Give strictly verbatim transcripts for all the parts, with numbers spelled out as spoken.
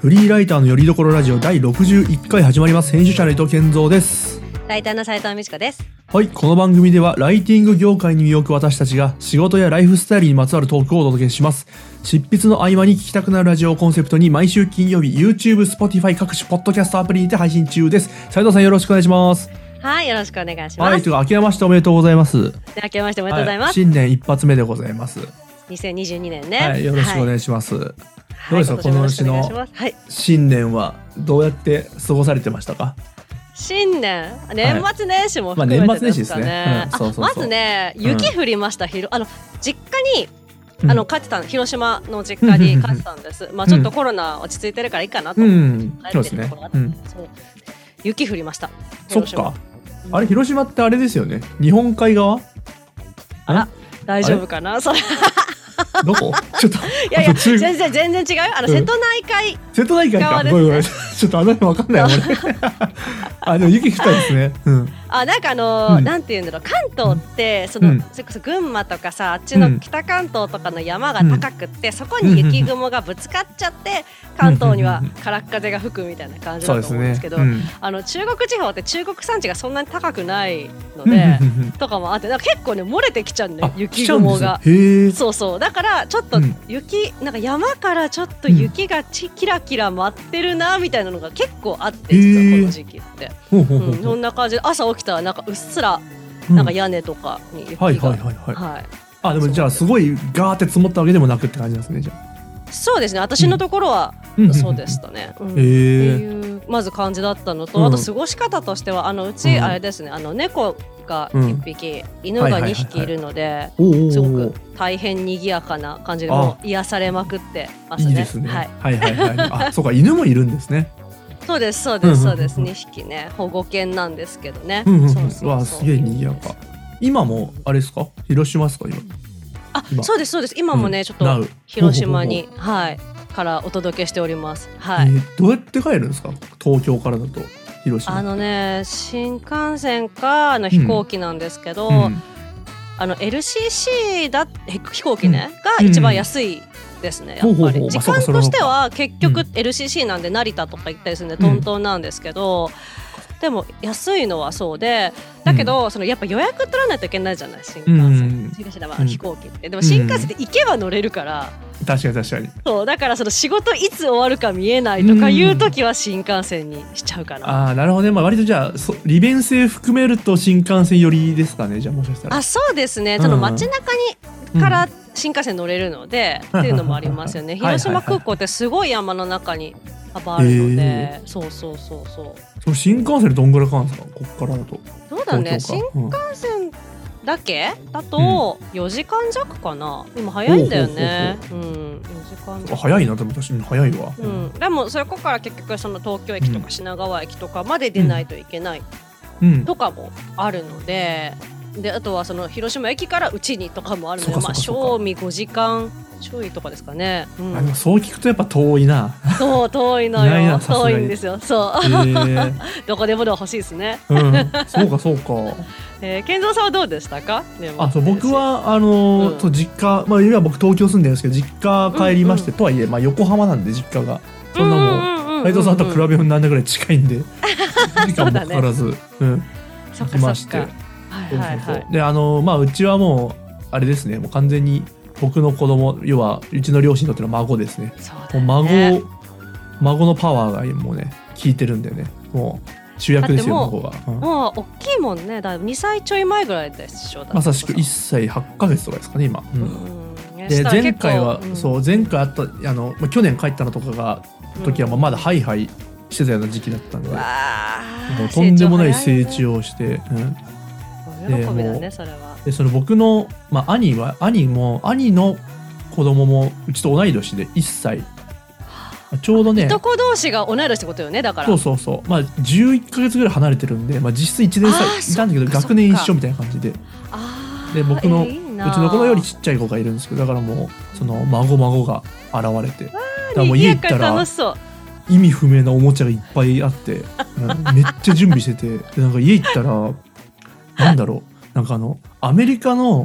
フリーライターのよりどころラジオだいろくじゅういっかい始まります。編集者の伊藤健三です。 ライターの斉藤美智子です。 はい、この番組ではライティング業界に身を置く私たちが仕事やライフスタイルにまつわるトークをお届けします。執筆の合間に聞きたくなるラジオをコンセプトに毎週金曜日 YouTube、Spotify 各種ポッドキャストアプリにて配信中です。斉藤さんよろしくお願いします。 はい、よろしくお願いします。 はい、というか明けましておめでとうございます。 明けましておめでとうございます。はい、 新年一発目でございます。 にせんにじゅうにねんね。 はい、よろしくお願いします。はい、どうですか、 はい、 この年の新年はどうやって過ごされてましたか？ 新年、年末年始も含めてですかね。まずね、雪降りました。うん、あの実家にあの帰ってたの、広島の実家に帰ってたんです。まあちょっとコロナ落ち着いてるからいいかなと思って帰ってるところがあったんです。雪降りました。 そっか。あれ広島ってあれですよね。日本海側？ あら、大丈夫かなそれ。 どこ？ちょっといやいや全然全然違う。あの瀬戸内海、 瀬戸内海か。ごめんごめん。ちょっとあの辺わかんない俺。あ、でも雪降ったんですね。うん。あ、 なんかあの、うん、なんていうんだろう、関東ってその、うん、それこそ群馬とかさ、あっちの北関東とかの山が高くって、うん、そこに雪雲がぶつかっちゃって、関東には空っ風が吹くみたいな感じだと思うんですけど、うん、あの中国地方って中国山地がそんなに高くないので、とかもあって、なんか結構ね漏れてきちゃうんだよ、雪雲が。そうそう、だからちょっと雪、なんか山からちょっと雪がちキラキラ舞ってるなみたいなのが結構あって、実はこの時期って、うん、そんな感じで朝起きたらなんかうっすらなんか屋根とかに雪が、はいはいはいはい、はい、 あ、でもじゃあすごいガーって積もったわけでもなくって感じなんですね。じゃあそうですね、私のところはそうでしたね、うんうん、っていうまず感じだったのと、うん、あと過ごし方としてはあのうちあれですね、あの猫がいっぴき、うん、犬がにひきいるので、すごく大変賑やかな感じでもう癒されまくってますね。いいですね。はいはいはいはい。あ、そうか、犬もいるんですね。そうですそうですそうです。にひきね、保護犬なんですけどね。 うんうんうん、そうそうそう、わあ、すげえ賑やか。今もあれですか？広島ですか今？ あ、そうですそうです。今もね、うん、ちょっと広島にほうほうほう、はい、からお届けしております。はい。えー、どうやって帰るんですか？東京からだと。広島。 あのね、新幹線かあの飛行機なんですけど、うんうん、あの エルシーシー だ飛行機ね、うん、が一番安いですね、やっぱり時間としては結局 エルシーシー なんで成田とか行ったりするんでトントンなんですけど、うん、でも安いのはそうで、だけど、うん、そのやっぱ予約取らないといけないじゃない、新幹線、うん、飛行機って。でも新幹線って行けば乗れるから、 うん、確かに確かに。 そうだからその仕事いつ終わるか見えないとかいう時は新幹線にしちゃうかな、うん、 あ、なるほどね、まあ、割とじゃあそ利便性含めると新幹線寄りですかね、じゃあもしかしたら。 あ、そうですね、その街中にから新幹線乗れるので、うん、っていうのもありますよね。広島空港ってすごい山の中に幅あるので、えー、そうそうそうそう。 その新幹線でどんぐらいかかるんですか、こっからだと。 そうだね、新幹線だけだとよじかん弱かな、今早いんだよね。うん、よじかん弱。 早いな、でも確かに早いわ。 うん、でもそれここから結局その東京駅とか品川駅とかまで出ないといけないとかもあるので、であとはその広島駅からうちにとかもあるので、まあ正味ごじかんちょいとかですかね。うん、 あ、そう聞くとやっぱ遠いな。 そう遠いのよ。遠いんですよ。そう。えー、どこでもでも欲しいですね。 うん、そうかそうか。 えー、健三さんはどうでしたか？ あ、そう、僕はあのーうん、と実家、まあ今僕東京住んでるんですけど実家帰りまして、うんうん、とはいえまあ横浜なんで実家がそんなもう斉藤さんと比べようにならないぐらい近いんで時間もかからず、うん、 行きまして。はいはいはい、 であのまあうちはもうあれですね、もう完全に僕の子供、要はうちの両親にとっての孫ですね。 そうだね、もう孫孫のパワーがもうね効いてるんでね、もう主役ですよ孫が。 うん、もう大きいもんね。だにさいちょい前ぐらいでしょ。 まさしくいっさいはっかげつとかですかね今。うんうん、で前回は、うん、そう前回あったあの、まあ、去年帰ったのとかが時はまだハイハイしてたような時期だったんで、うん、もうとんでもない成長して。 喜びだね、それは。 でその僕の、まあ、兄は兄も兄の子供もうちと同い年でいっさい、ちょうどね、 いとこ同士が同い年ってことよね。だからそうそうそう、まあじゅういっかげつぐらい離れてるんで、まあ、実質いちねん差いたんだけど学年一緒みたいな感じで、で僕の、えー、いいな、うちの子のよりちっちゃい子がいるんですけど、だからもうその孫孫が現れて、だからもう家行ったら意味不明なおもちゃがいっぱいあってめっちゃ準備してて、でなんか家行ったらなんだろう、なんかあのアメリカの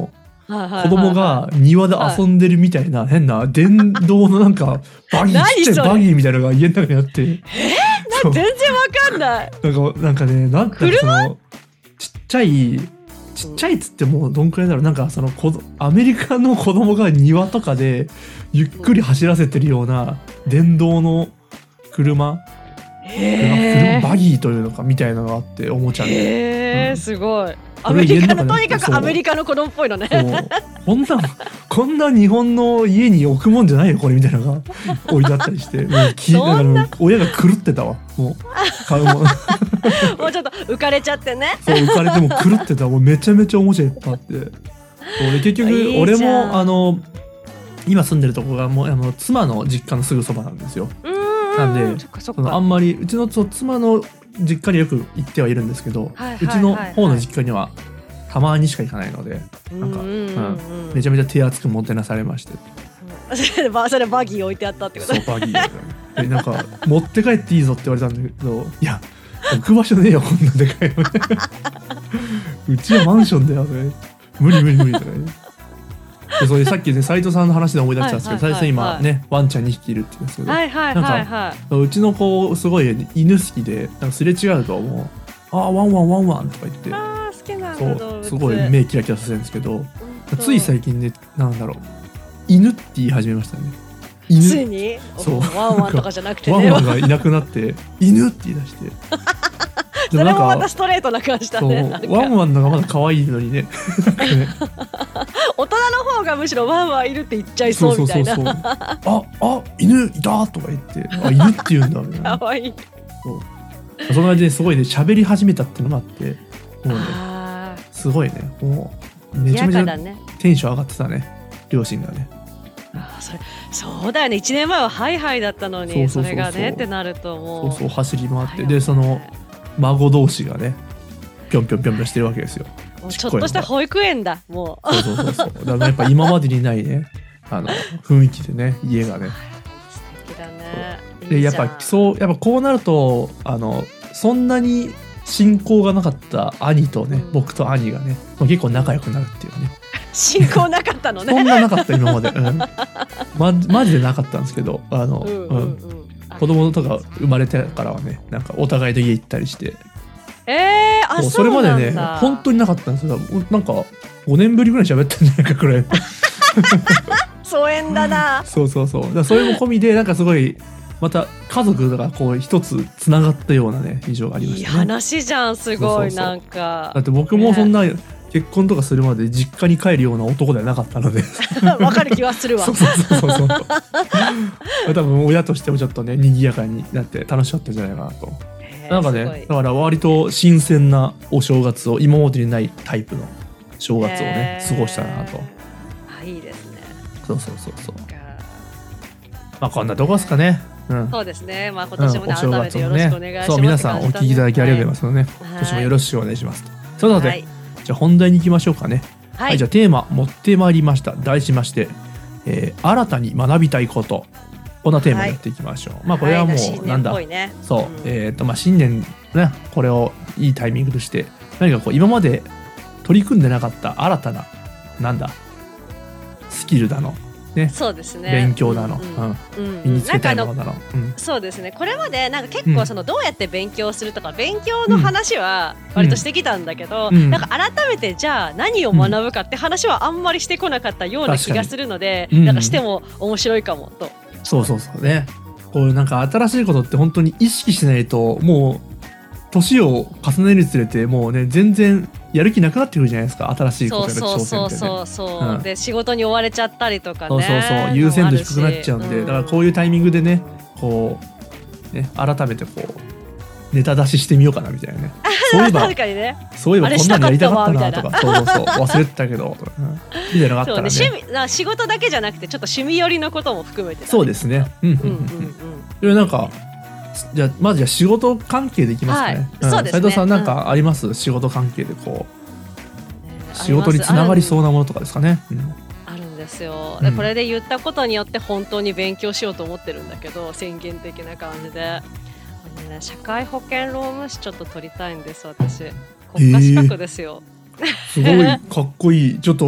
子供が庭で遊んでるみたいな変な電動のなんかバギーちっちゃいバギーみたいなのが家の中にあって、えー、 全然わかんない。 なんかなんかねなんかそのちっちゃいちっちゃいっつってもうどんくらいだろう、なんかそのアメリカの子供が庭とかでゆっくり走らせてるような電動の車、 へー、 バギーというのかみたいなのがあっておもちゃで、 へー、うん、すごい。アメリカの、とにかくアメリカの子供っぽいのね。 こんなこんな日本の家に置くもんじゃないよこれみたいなのが置いてあったりして、もうきだから親が狂ってたわ、もう買うもんもうちょっと浮かれちゃってね。 そう浮かれても狂ってた、もうめちゃめちゃおもちゃいっぱいあって、俺結局いい俺もあの今住んでるとこがもうあの妻の実家のすぐそばなんですよ。なんでそのあんまりうちの妻の実家によく行ってはいるんですけど、はいはいはいはい、うちの方の実家にはたまにしか行かないので、なんか、うんうんうん、めちゃめちゃ手厚くもてなされまして、 うん、それバギー置いてあったってこと？ そうバギーでなんか持って帰っていいぞって言われたんだけど、いや置く場所ねえよこんなでかいのうちはマンションだよね、無理無理無理とかね。でそれさっきね斉藤さんの話で思い出したんですけど、斉藤さん今ねワンちゃんにひきいるって言うんですけど、 はいはいはいはい、 うちの子すごい犬好きで、なんかすれ違うともうあーワンワンワンワンとか言って、 あー好きなんだ、 そうすごい目キラキラさせるんですけど、つい最近ねなんだろう犬って言い始めましたね。犬ついにそうワンワンとかじゃなくてね、 ワンワンがいなくなって犬って言い出してそれもまたストレートな感じだね。 ワンワンのがまだ可愛いのにねね大人の方がむしろワンワンいるって言っちゃいそうみたいな。そうそうそうそうああ犬いたとか言ってあ犬って言うんだみたいな。 可愛い。 そうその間ですごいね喋り始めたっていうのがあって、もうねすごいねもうめちゃめちゃテンション上がってたね両親がね。 あそれそうだよね、いちねんまえはハイハイだったのに、そうそうそうそうそれがねってなるともうそうそう走り回って、でその孫同士がねぴょんぴょんぴょんぴょんしてるわけですよ。 ちょっとした保育園だもう。 そうそうそうそうだからやっぱ今までにないねあの雰囲気でね家がね素敵だね。 でやっぱそうやっぱこうなるとあのそんなに親交がなかった兄とね、うん、僕と兄がね結構仲良くなるっていうね。 親交なかったのね。 そんななかった今まで、うん、まマジでなかったんですけど、あの、うんうんうん、子供とか生まれてからはねなんかお互いと家行ったりして、 えー、あそれまでね本当になかったんですよ。なんかごねんぶりぐらい喋ったんじゃないかくらい疎遠だな。 そうそうそう、だからそれも込みでなんかすごいまた家族がこう一つつながったようなね印象がありましたね。 いい話じゃん、すごい。そうそうそう、なんかだって僕もそんな、ね、結婚とかするまで実家に帰るような男ではなかったのでわかる気はするわ。 そうそうそうそう多分親としてもちょっとね賑やかになって楽しかったんじゃないかなと。なんかねだから割と新鮮なお正月を今までにないタイプの正月をね過ごしたなと。 あ、いいですね。 そうそうそうそう。まあこんなとこですかね。うん、 そうですね。まあ今年もね、うん、改めてよろしくお願いします。 そう皆さんお聞きいただきありがとうございますので、ね、はい、今年もよろしくお願いしますと。それでは、はい、じゃあ本題に行きましょうかね。はい、はい、じゃあテーマ持ってまいりました。題しまして、えー、新たに学びたいこと。こんなテーマでやっていきましょう。はい、まあこれはもうなんだ、はいね、そう、うん、えっ、ー、とまあ新年ねこれをいいタイミングとして何かこう今まで取り組んでなかった新たななんだスキルだの。ね、 そうですね、 勉強だの、うんうんうん、身につけたいものだの、うん、 そうですね。これまでなんか結構そのどうやって勉強するとか、うん、勉強の話は割としてきたんだけど、うん、なんか改めてじゃあ何を学ぶかって話はあんまりしてこなかったような気がするので、うん、なんかしても面白いかもと。 そうそうそうね。こうなんか新しいことって本当に意識しないともう年を重ねるにつれてもうね全然やる気なくなってくるじゃないですか。新しいことやる挑戦ってね。そうそうそうそう、うん、で仕事に追われちゃったりとかね。そうそうそう優先度低くなっちゃうんで、うん、だからこういうタイミングでねこうね改めてこうネタ出ししてみようかなみたいなね。そういえば確かにね。そういえばこんなのやりたかったなとかそうそうそう忘れてたけど、うん、みたいなのがあったらね。そうね、趣味仕事だけじゃなくてちょっと趣味寄りのことも含めて、ね、そうですね。うんうんうんうん。なんかじゃあまずじゃあ仕事関係でいきますかね。はい、そうですね。斉藤さんなんかあります、うん、仕事関係でこう仕事につながりそうなものとかですかね。うん、あるんですよ。でこれで言ったことによって本当に勉強しようと思ってるんだけど、宣言的な感じで、ね、社会保険労務士ちょっと取りたいんです私。国家資格ですよ。えー、すごいかっこいい。ちょっと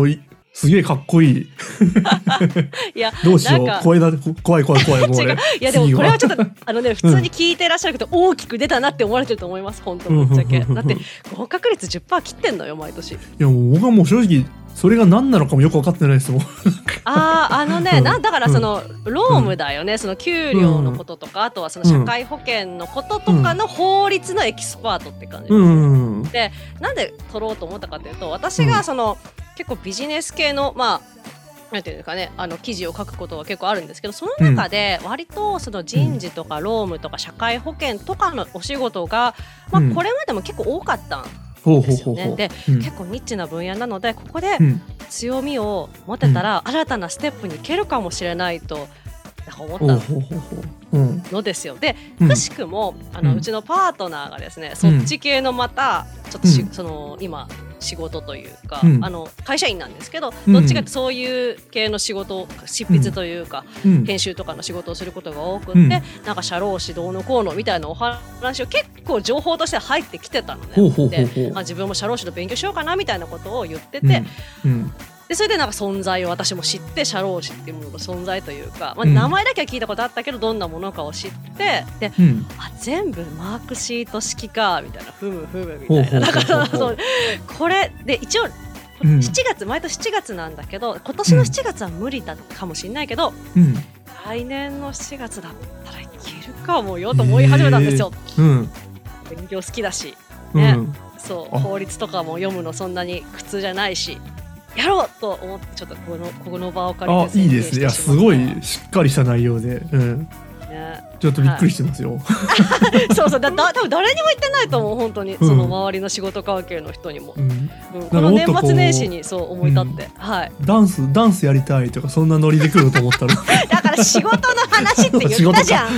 すげえかっこいいいやどうしよう声だ怖い怖い怖いもう俺いやでもこれはちょっとあのね普通に聞いてらっしゃるけど大きく出たなって思われてると思います本当ぶっちゃけだって合格率 じゅっパーセント 切ってんのよ毎年。いやもう僕はもう正直それが何なのかもよく分かってないですもんあああのね、うん、なだからその、うん、労務だよね、その給料のこととか、うん、あとはその社会保険のこととかの法律のエキスパートって感じです、ね、うん、でなんで取ろうと思ったかというと私がその、うん結構ビジネス系のまあなんていうかねあの記事を書くことは結構あるんですけどその中で割とその人事とか労務とか社会保険とかのお仕事が、まあ、これまでも結構多かったんですよね。で、うん、結構ニッチな分野なのでここで強みを持てたら新たなステップに行けるかもしれないと思ったのですよ。で、くしくもあのうちのパートナーがですねそっち系のまたちょっとし、その今仕事というか、うん、あの会社員なんですけど、うん、どっちかってそういう系の仕事執筆というか、うん、編集とかの仕事をすることが多くって、うん、なんか社労士どうのこうのみたいなお話を結構情報として入ってきてたのね。で、あ、自分も社労士の勉強しようかなみたいなことを言ってて、うんうんでそれでなんか存在を私も知って社労士っていうものの存在というか、まあ、名前だけは聞いたことあったけどどんなものかを知ってで、うん、あ全部マークシート式かみたいなふむふむみたいなだからそうこれで一応しちがつ、うん、毎年しちがつなんだけど今年のしちがつは無理だかもしれないけど、うん、来年のしちがつだったらいけるかもよと思い始めたんですよ、えーうん、勉強好きだし、ねうん、そう法律とかも読むのそんなに苦痛じゃないしやろうと思ってちょっとこのこの場を借りてあいいですね。いやすごいしっかりした内容で、うんね、ちょっとびっくりしてますよ、 はい、そうそうだだ多分誰にも言ってないと思う本当に、うん、その周りの仕事関係の人にも、うんうん、この年末年始にそう思い立って、うんはい、 ダンスダンスやりたいとかそんなノリで来ると思ったらだから仕事の話って言ったじゃん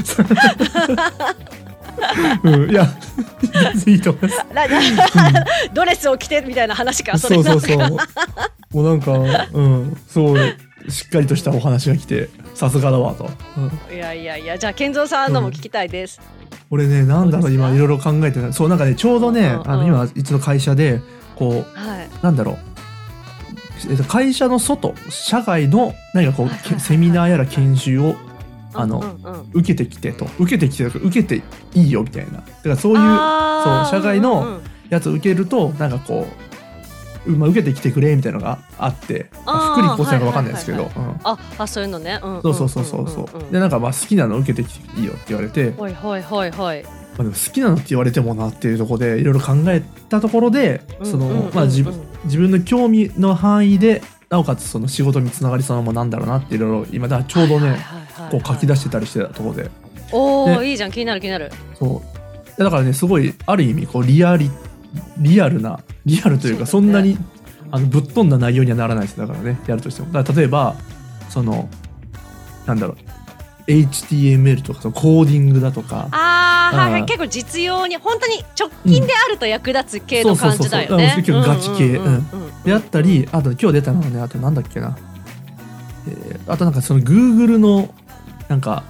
うん、いやいいと思います、 うん、ドレスを着てみたいな話かそれそうそうそうもうなんか、うん、そうしっかりとしたお話が来てさすがだわと、 うん、いやいやいやじゃあ健三さんのも聞きたいです、 うん、俺ねなんだろう今いろいろ考えてないそうなんかねちょうどね、うんうん、あの今一度会社でこう、はい、なんだろうえっと会社の外社外の何かこう、はいはいはいはい、セミナーやら研修をあの、うんうん、受けてきてと受けてきて受けていいよみたいなだからそういうそう社外のやつを受けるとなんかこう、まあ、受けてきてくれみたいなのがあって福利厚生が分かんないですけどあそういうのね、うんうん、 そうそうそうそうそう、うんうん、でなんかまあ好きなの受けてきていいよって言われてはいはいはいはいまあ、でも好きなのって言われてもなっていうところでいろいろ考えたところでそのまあ自分自分の興味の範囲でなおかつその仕事につながりそうなものなんだろうなっていろいろ今だちょうどねこう書き出してたりしてたところでおーいいじゃん気になる気になるそうだからねすごいある意味こうリアリリアルなリアルというかそんなにあのぶっ飛んだ内容にはならないですだからねやるとしてもだから例えばそのなんだろうエイチティーエムエル とかそのコーディングだとかああ、はいはい、結構実用に本当に直近であると役立つ系の感じだよね。 結構ガチ系であったりあと今日出たのはねあとなんだっけな、えー、あとなんかその Google のなんか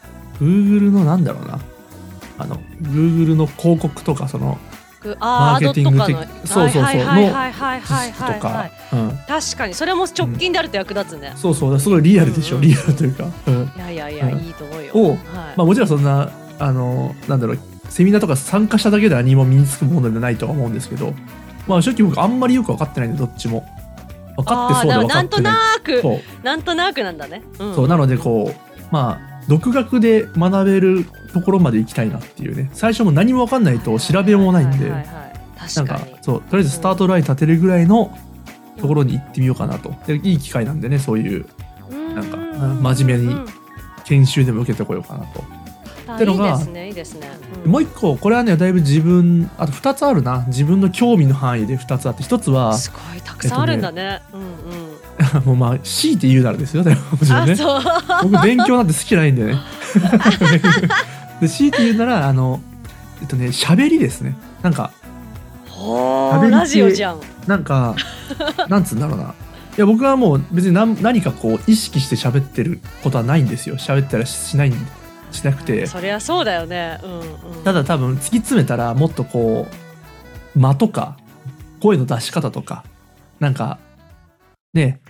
Google のなんだろうなあの Google の広告とかそのマーケティング的そうそうそうの知識とか確かにそれも直近であると役立つね、 うん、そうそうすごいリアルでしょ、うんうん、リアルというか、うん、 いやいやいや、うん、いいと思うよを、はいまあ、もちろんそんなあのなんだろうセミナーとか参加しただけで何も身につくものではないとは思うんですけどまあ正直僕あんまりよく分かってないんでどっちも分かってそうで分かってないなんとなくなんとなくなんだね、 うん、そうなのでこうまあ独学で学べるところまで行きたいなっていうね最初も何も分かんないと調べようもないんでなんかそうとりあえずスタートライン立てるぐらいのところに行ってみようかなとでいい機会なんでねそういうなんか真面目に研修でも受けてこようかなとってのがいいですねいいですね、うん、もう一個これはねだいぶ自分あとふたつあるな自分の興味の範囲でふたつあってひとつはすごいたくさんあるんだね、えっとねうんうんもうまあ強いて言うならですよねもちろんね僕勉強なんて好きじゃないんでねで強いて言うならあのえっとね喋りですねなんか喋りラジオじゃんなんかなんつうんだろうないや僕はもう別に 何, 何かこう意識して喋ってることはないんですよ喋ったらしないんでしなくてそりゃそうだよね、うんうん、 ただ多分突き詰めたらもっとこう間とか声の出し方とかなんかね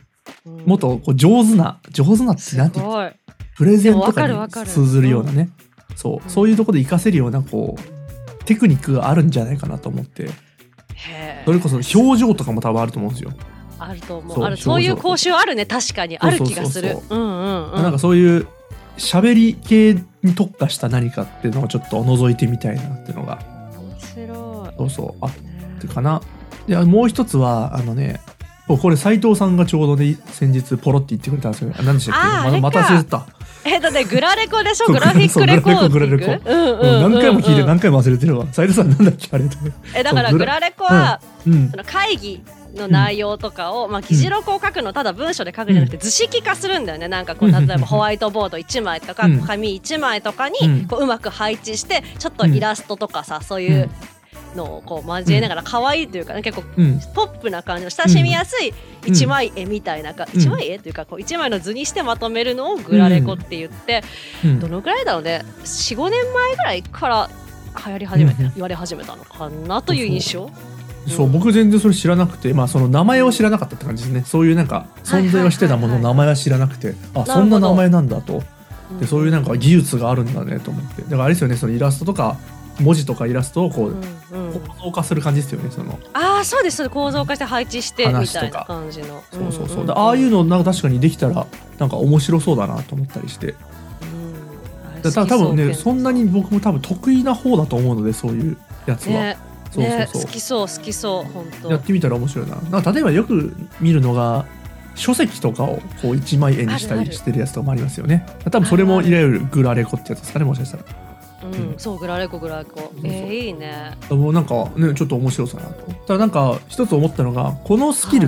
もっとこう上手な上手なってなんていうのプレゼンとかに通ずるようなね、うん、そう、そういうところで活かせるようなこうテクニックがあるんじゃないかなと思って、へそれこそ表情とかも多分あると思うんですよ。 あると思う。そう、ある、そういう講習あるね、確かにある気がする。 なんかそういう喋り系に特化した何かっていうのをちょっと覗いてみたいなっていうのが面白い。 そうそうあってかな。でもう一つはあのね、これ斉藤さんがちょうどね先日ポロって言ってくれたんですよね。何でしたっけ？ま, また忘れてた。 えっとねグラレコでしょ。グラフィックレコーディング。 何回も聞いて何回も忘れてるわ。斉藤さんなんだっけあれ。 えだからグラレコは、うんうん、その会議の内容とかを、うん、まあ議事録を書くのただ文章で書くんじゃなくて図式化するんだよね。なんかこう例えばホワイトボードいちまいとか、うん、紙いちまいとかにこううまく配置してちょっとイラストとかさ、そういうのをこう交えながら可愛いというか、ね、結構ポップな感じの親しみやすい一枚絵みたいなか、うん、一枚絵というかこう一枚の図にしてまとめるのをグラレコって言って、うん、どのぐらいだろうね よん,ご 年前ぐらいから流行り始めて、うん、言われ始めたのかなという印象。 そう、僕全然それ知らなくて、まあその名前を知らなかったって感じですね。そういうなんか存在をしてたものの名前は知らなくて、あ、そんな名前なんだと。でそういうなんか技術があるんだねと思って。だからあれですよね、そのイラストとか文字とかイラストをこう、うんうん、構造化する感じですよね。そのああそうです、構造化して配置してみたいな感じの。 そうそうそう。うんうんうん、ああいうのなんか確かにできたらなんか面白そうだなと思ったりして。うん、だ多分ねそんなに僕も多分得意な方だと思うのでそういうやつは。ねそうそうそう、 ね、好きそう好きそう本当。 やってみたら面白いな。なんか例えばよく見るのが書籍とかをこう一枚絵にしたりしてるやつとかもありますよね。多分それもいわゆるグラレコってやつですかね、もしかしたら。 うん、うん、そうグラレコグラレコ。そうそうえー、いいね。 もうなんかねちょっと面白そうだなと。ただなんか一つ思ったのがこのスキルって、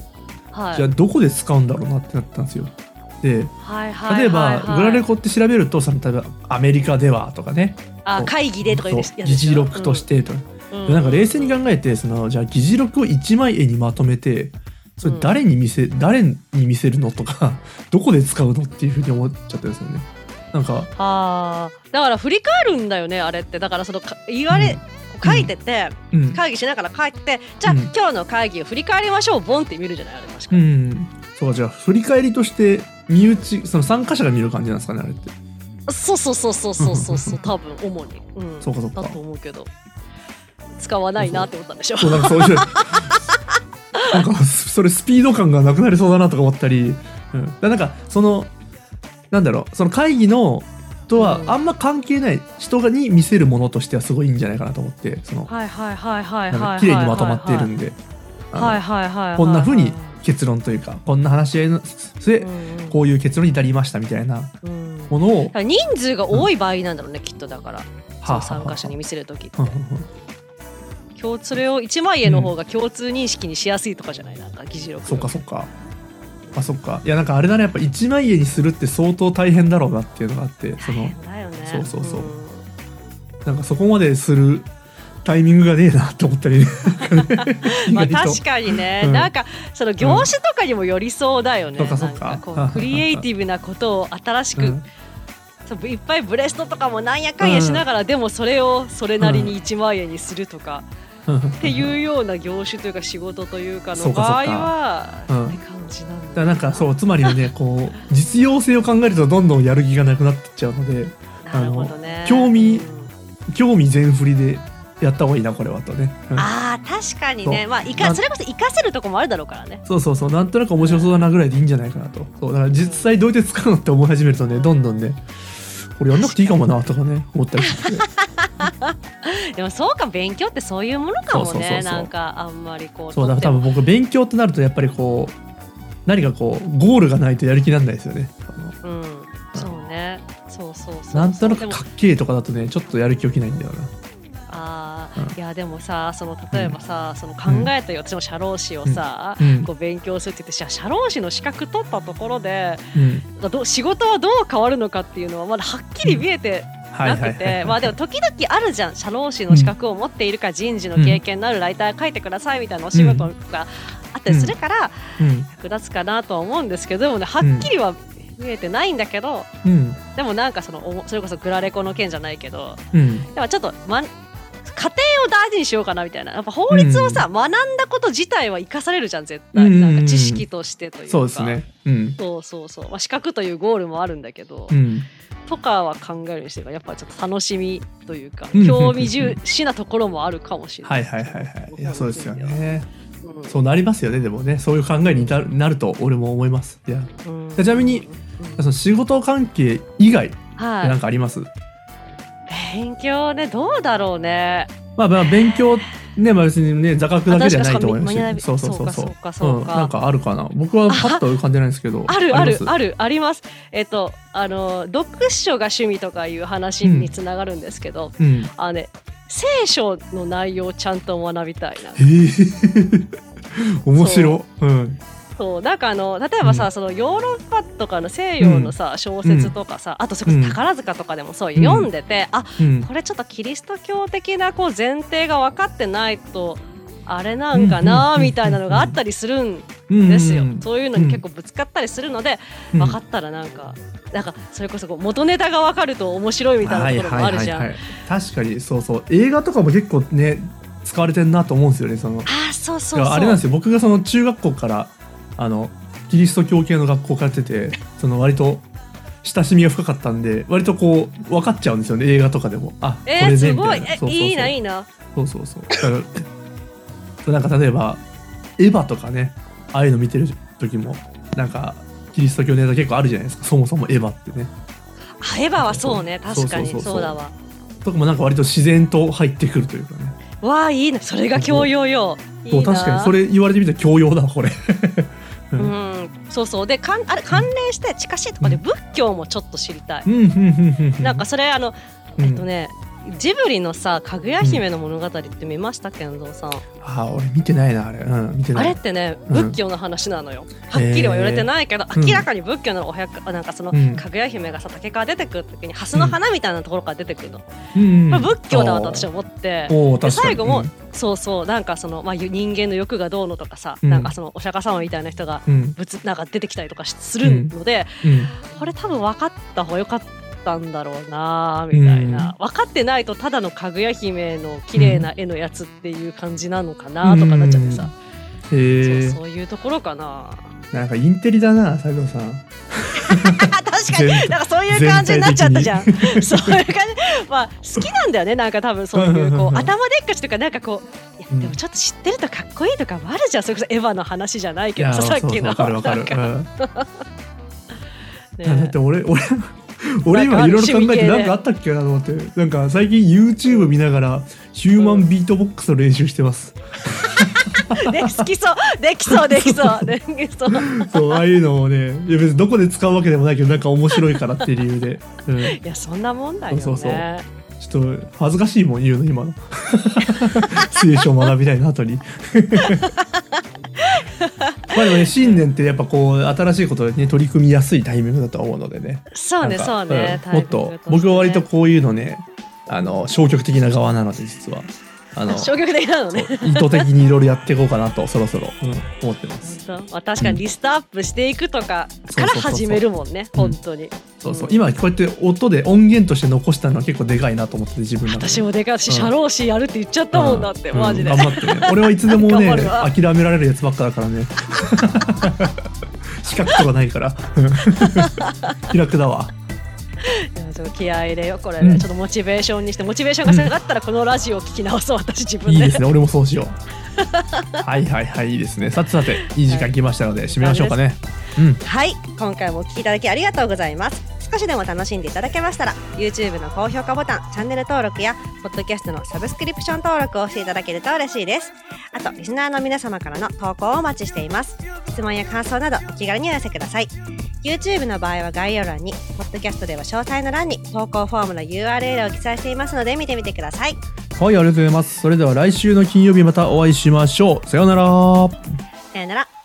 はい、じゃあどこで使うんだろうなってなったんですよ。で、はいはいはいはい、例えばグラレコって調べるとその例えばアメリカではとかね、 あ会議でとか言うやつでしょ。 議事録としてとか。うん、なんか冷静に考えてそのじゃあ議事録を一枚絵にまとめてそれ誰に見せ、うん、誰に見せるのとかどこで使うのっていうふうに思っちゃったんですよね。なんかあだから振り返るんだよねあれって。だからその言われ、うん、書いてて、うん、会議しながら書いててじゃあ、うん、今日の会議を振り返りましょうボンって見るじゃないあれ確かに、うん、 そうじゃあ振り返りとして身内その参加者が見る感じなんですかねあれって。 そうそうそうそうそうそうそう多分主に、うん、 そうかそうかだと思うけど使わないなって思ったんでしょ。 そうなんかそういうなんかそれスピード感がなくなりそうだなとか思ったり、うん、だなんかそのなんだろうその会議のとはあんま関係ない人がに見せるものとしてはすごいいいんじゃないかなと思って、そのはいはいはいはいはい綺麗にまとまっているんで、 はいはいはいこんな風に結論というかこんな話し合いの末こういう結論に至りましたみたいなものを、 うん、人数が多い場合なんだろうね、うん、きっとだからその参加者に見せるときって。共それを一枚絵の方が共通認識にしやすいとかじゃない、うん、なんか議事録。 そっかそっかあそっか。いやなんかあれだねやっぱ一枚絵にするって相当大変だろうなっていうのがあって、その大変だよね。 そうそうそう、うん、なんかそこまでするタイミングがねえなと思ったりねまあ確かにね、うん、なんかその業種とかにもよりそうだよね、うん、 なんかこうクリエイティブなことを新しく、うんいっぱいブレストとかもなんやかんやしながら、うん、でもそれをそれなりにいちまん円にするとか、うん、っていうような業種というか仕事というかの場合はって感じなんだ、 だからなんかそうつまりはねこう実用性を考えるとどんどんやる気がなくなってっちゃうのでなるほどね、 あの興味、うん、興味全振りでやった方がいいなこれはとね、 うん、あ確かにね、まあ、いかそれこそ活かせるとこもあるだろうからね。 そうそうそうなんとなく面白そうだなぐらいでいいんじゃないかなと。そうだから実際どうやって使うのって思い始めるとねどんどんねこれやんなくていいかもなとかね思ったりしてでもそうか勉強ってそういうものかもね。なんかあんまりこうそうだから多分僕勉強ってなるとやっぱりこう何かこうゴールがないとやる気なんないですよね。 うんそうねそうそうそうなんとなくかっけえとかだとねちょっとやる気起きないんだよな。 あうん、いやでもさその例えばさ、うん、その考えたよ、うん、私も社労士をさ、うん、こう勉強するって言って社労士の資格取ったところで、うん、ど仕事はどう変わるのかっていうのはまだはっきり見えてなくて、まあでも時々あるじゃん。社労士の資格を持っているか人事の経験のあるライター書いてくださいみたいなお仕事があったりするから役立つかなとは思うんですけど、でもねはっきりは見えてないんだけど、うん、でもなんかそのそれこそグラレコの件じゃないけど、うん、でもちょっと、ま家庭を大事にしようかなみたいな。やっぱ法律をさ、うん、学んだこと自体は生かされるじゃん絶対、うん、なんか知識としてというか、 そうですね、うん、 そうそうそう、まあ、資格というゴールもあるんだけど、 うん、 とかは考えるにしてやっぱちょっと楽しみというか、うん、興味重視なところもあるかもしれない。 はいはいはいはい。いやそうですよね、うん、そうなりますよね。でもねそういう考えになると俺も思います。いや、うん、ちなみに、うん、その仕事関係以外って何かあります？はい、 勉強ね、どうだろうね。 まあまあ勉強ね、まあ別にね座学だけじゃないと思いますし、そうそうそうそう。 そうかそうかそうか、 うん、なんかあるかな。僕はパッと浮かんでないんですけど。 あるあるあるあります。えっとあの読書が趣味とかいう話につながるんですけど、うん、あのね聖書の内容をちゃんと学びたいな。 へー面白い。うん。 そうなんかあの例えばさ、うん、そのヨーロッパとかの西洋のさ、うん、小説とかさ、あとそれこそ宝塚とかでもそう、うん、読んでて、あ、うん、これちょっとキリスト教的なこう前提が分かってないとあれなんかなみたいなのがあったりするんですよ、うん、そういうのに結構ぶつかったりするので、うん、分かったらなんかなんかそれこそこう元ネタが分かると面白いみたいなところもあるじゃん、はいはいはいはい、 確かにそうそう、映画とかも結構ね使われてるなと思うんですよね。そのあそうそうそう、 あれなんですよ、僕がその中学校からあのキリスト教系の学校からやってて、その割と親しみが深かったんで割とこう分かっちゃうんですよね、映画とかでも。あ、 えー、 これねみたいな。 すごい、えいいないいな。 そうそうそう。だからなんか例えばエヴァとかね、ああいうの見てる時もなんかキリスト教のネタ結構あるじゃないですか、そもそもエヴァってね。 あ、エヴァはそうね、確かにそうだわ。 とかもなんか割と自然と入ってくるというかね。 わあ、いいな、それが教養よ。いいな。 確かにそれ言われてみたら教養だこれ。 うん、そうそうでかんあれ関連して近しいところで仏教もちょっと知りたい、 うん、なんかそれあの、うん、えっとねジブリのさかぐや姫の物語って見ました？健三さん。 あ、俺見てないなあれ、うん、見てない。 あれってね仏教の話なのよ、うん、はっきりは言われてないけど、明らかに仏教のお百なんかその、うん、かぐや姫がさ竹から出てくる時に蓮の花みたいなところから出てくるの、うん、これ仏教だと私は思って、で最後も、うん、そうそうなんかその、まあ、人間の欲がどうのとかさ、うん、なんかそのお釈迦様みたいな人が仏、うん、なんか出てきたりとかするので、うんうん、これ多分分かった方がよかったんだろうなみたいな、うん、分かってないとただのかぐや姫の綺麗な絵のやつっていう感じなのかなとかなっちゃってさ、うん、へそう、そういうところかな。 なんかインテリだな斉藤さん。 確かになんかそういう感じになっちゃったじゃん。そういう感じ、まあ好きなんだよね、なんか多分そういうこう頭でっかちとかなんかこう、いやでもちょっと知ってるとかっこいいとかもあるじゃん。それこそエヴァの話じゃないけどさ、さっきの。わかるわかる。 だって俺俺俺今いろいろ考えて何かあったっけなと思って、なんか最近 YouTube 見ながらヒューマンビートボックスの練習してます。 で好きそうできそうできそうできそうそう、ああいうのをね、いや別にどこで使うわけでもないけどなんか面白いからっていう理由で、うん、いやそんなもんだよね。 そうそうそう、ちょっと恥ずかしいもん言うの今の。聖書を学びたいな後に。まあでもね、新年ってやっぱこう新しいことに、ね、取り組みやすいタイミングだと思うのでね。 そうねそうね、 うん、もっと僕は割とこういうのね、あの消極的な側なので実はあの消極的なのね。 意図的にいろいろやっていこうかなとそろそろ、うん、思ってます。 まあ、確かにリストアップしていくとかから始めるもんね、本当に。 そうそう、今こうやって音で音源として残したのは結構でかいなと思ってて、自分の中で。 私もでかいし、社労士やるって言っちゃったもんだって、うん、マジで、 うん、頑張ってね。俺はいつでもね諦められるやつばっかだからね。資格とかないから気楽だわ。 いやちょっと気合い入れよこれね、うん、ちょっとモチベーションにして、モチベーションが下がったらこのラジオを聞き直そう、私自分で。 いいですね、俺もそうしよう。はいはいはい、いいですね。さてさていい時間来ましたので締めましょうかね。うん、 はい、今回もお聞きいただきありがとうございます。少しでも楽しんでいただけましたら YouTube の高評価ボタン、チャンネル登録やポッドキャストのサブスクリプション登録をしていただけると嬉しいです。あとリスナーの皆様からの投稿をお待ちしています。質問や感想などお気軽にお寄せください。 YouTube の場合は概要欄に、ポッドキャストでは詳細の欄に投稿フォームの ユーアールエル を記載していますので見てみてください。 はい、ありがとうございます。それでは来週の金曜日またお会いしましょう。さようなら。 さようなら。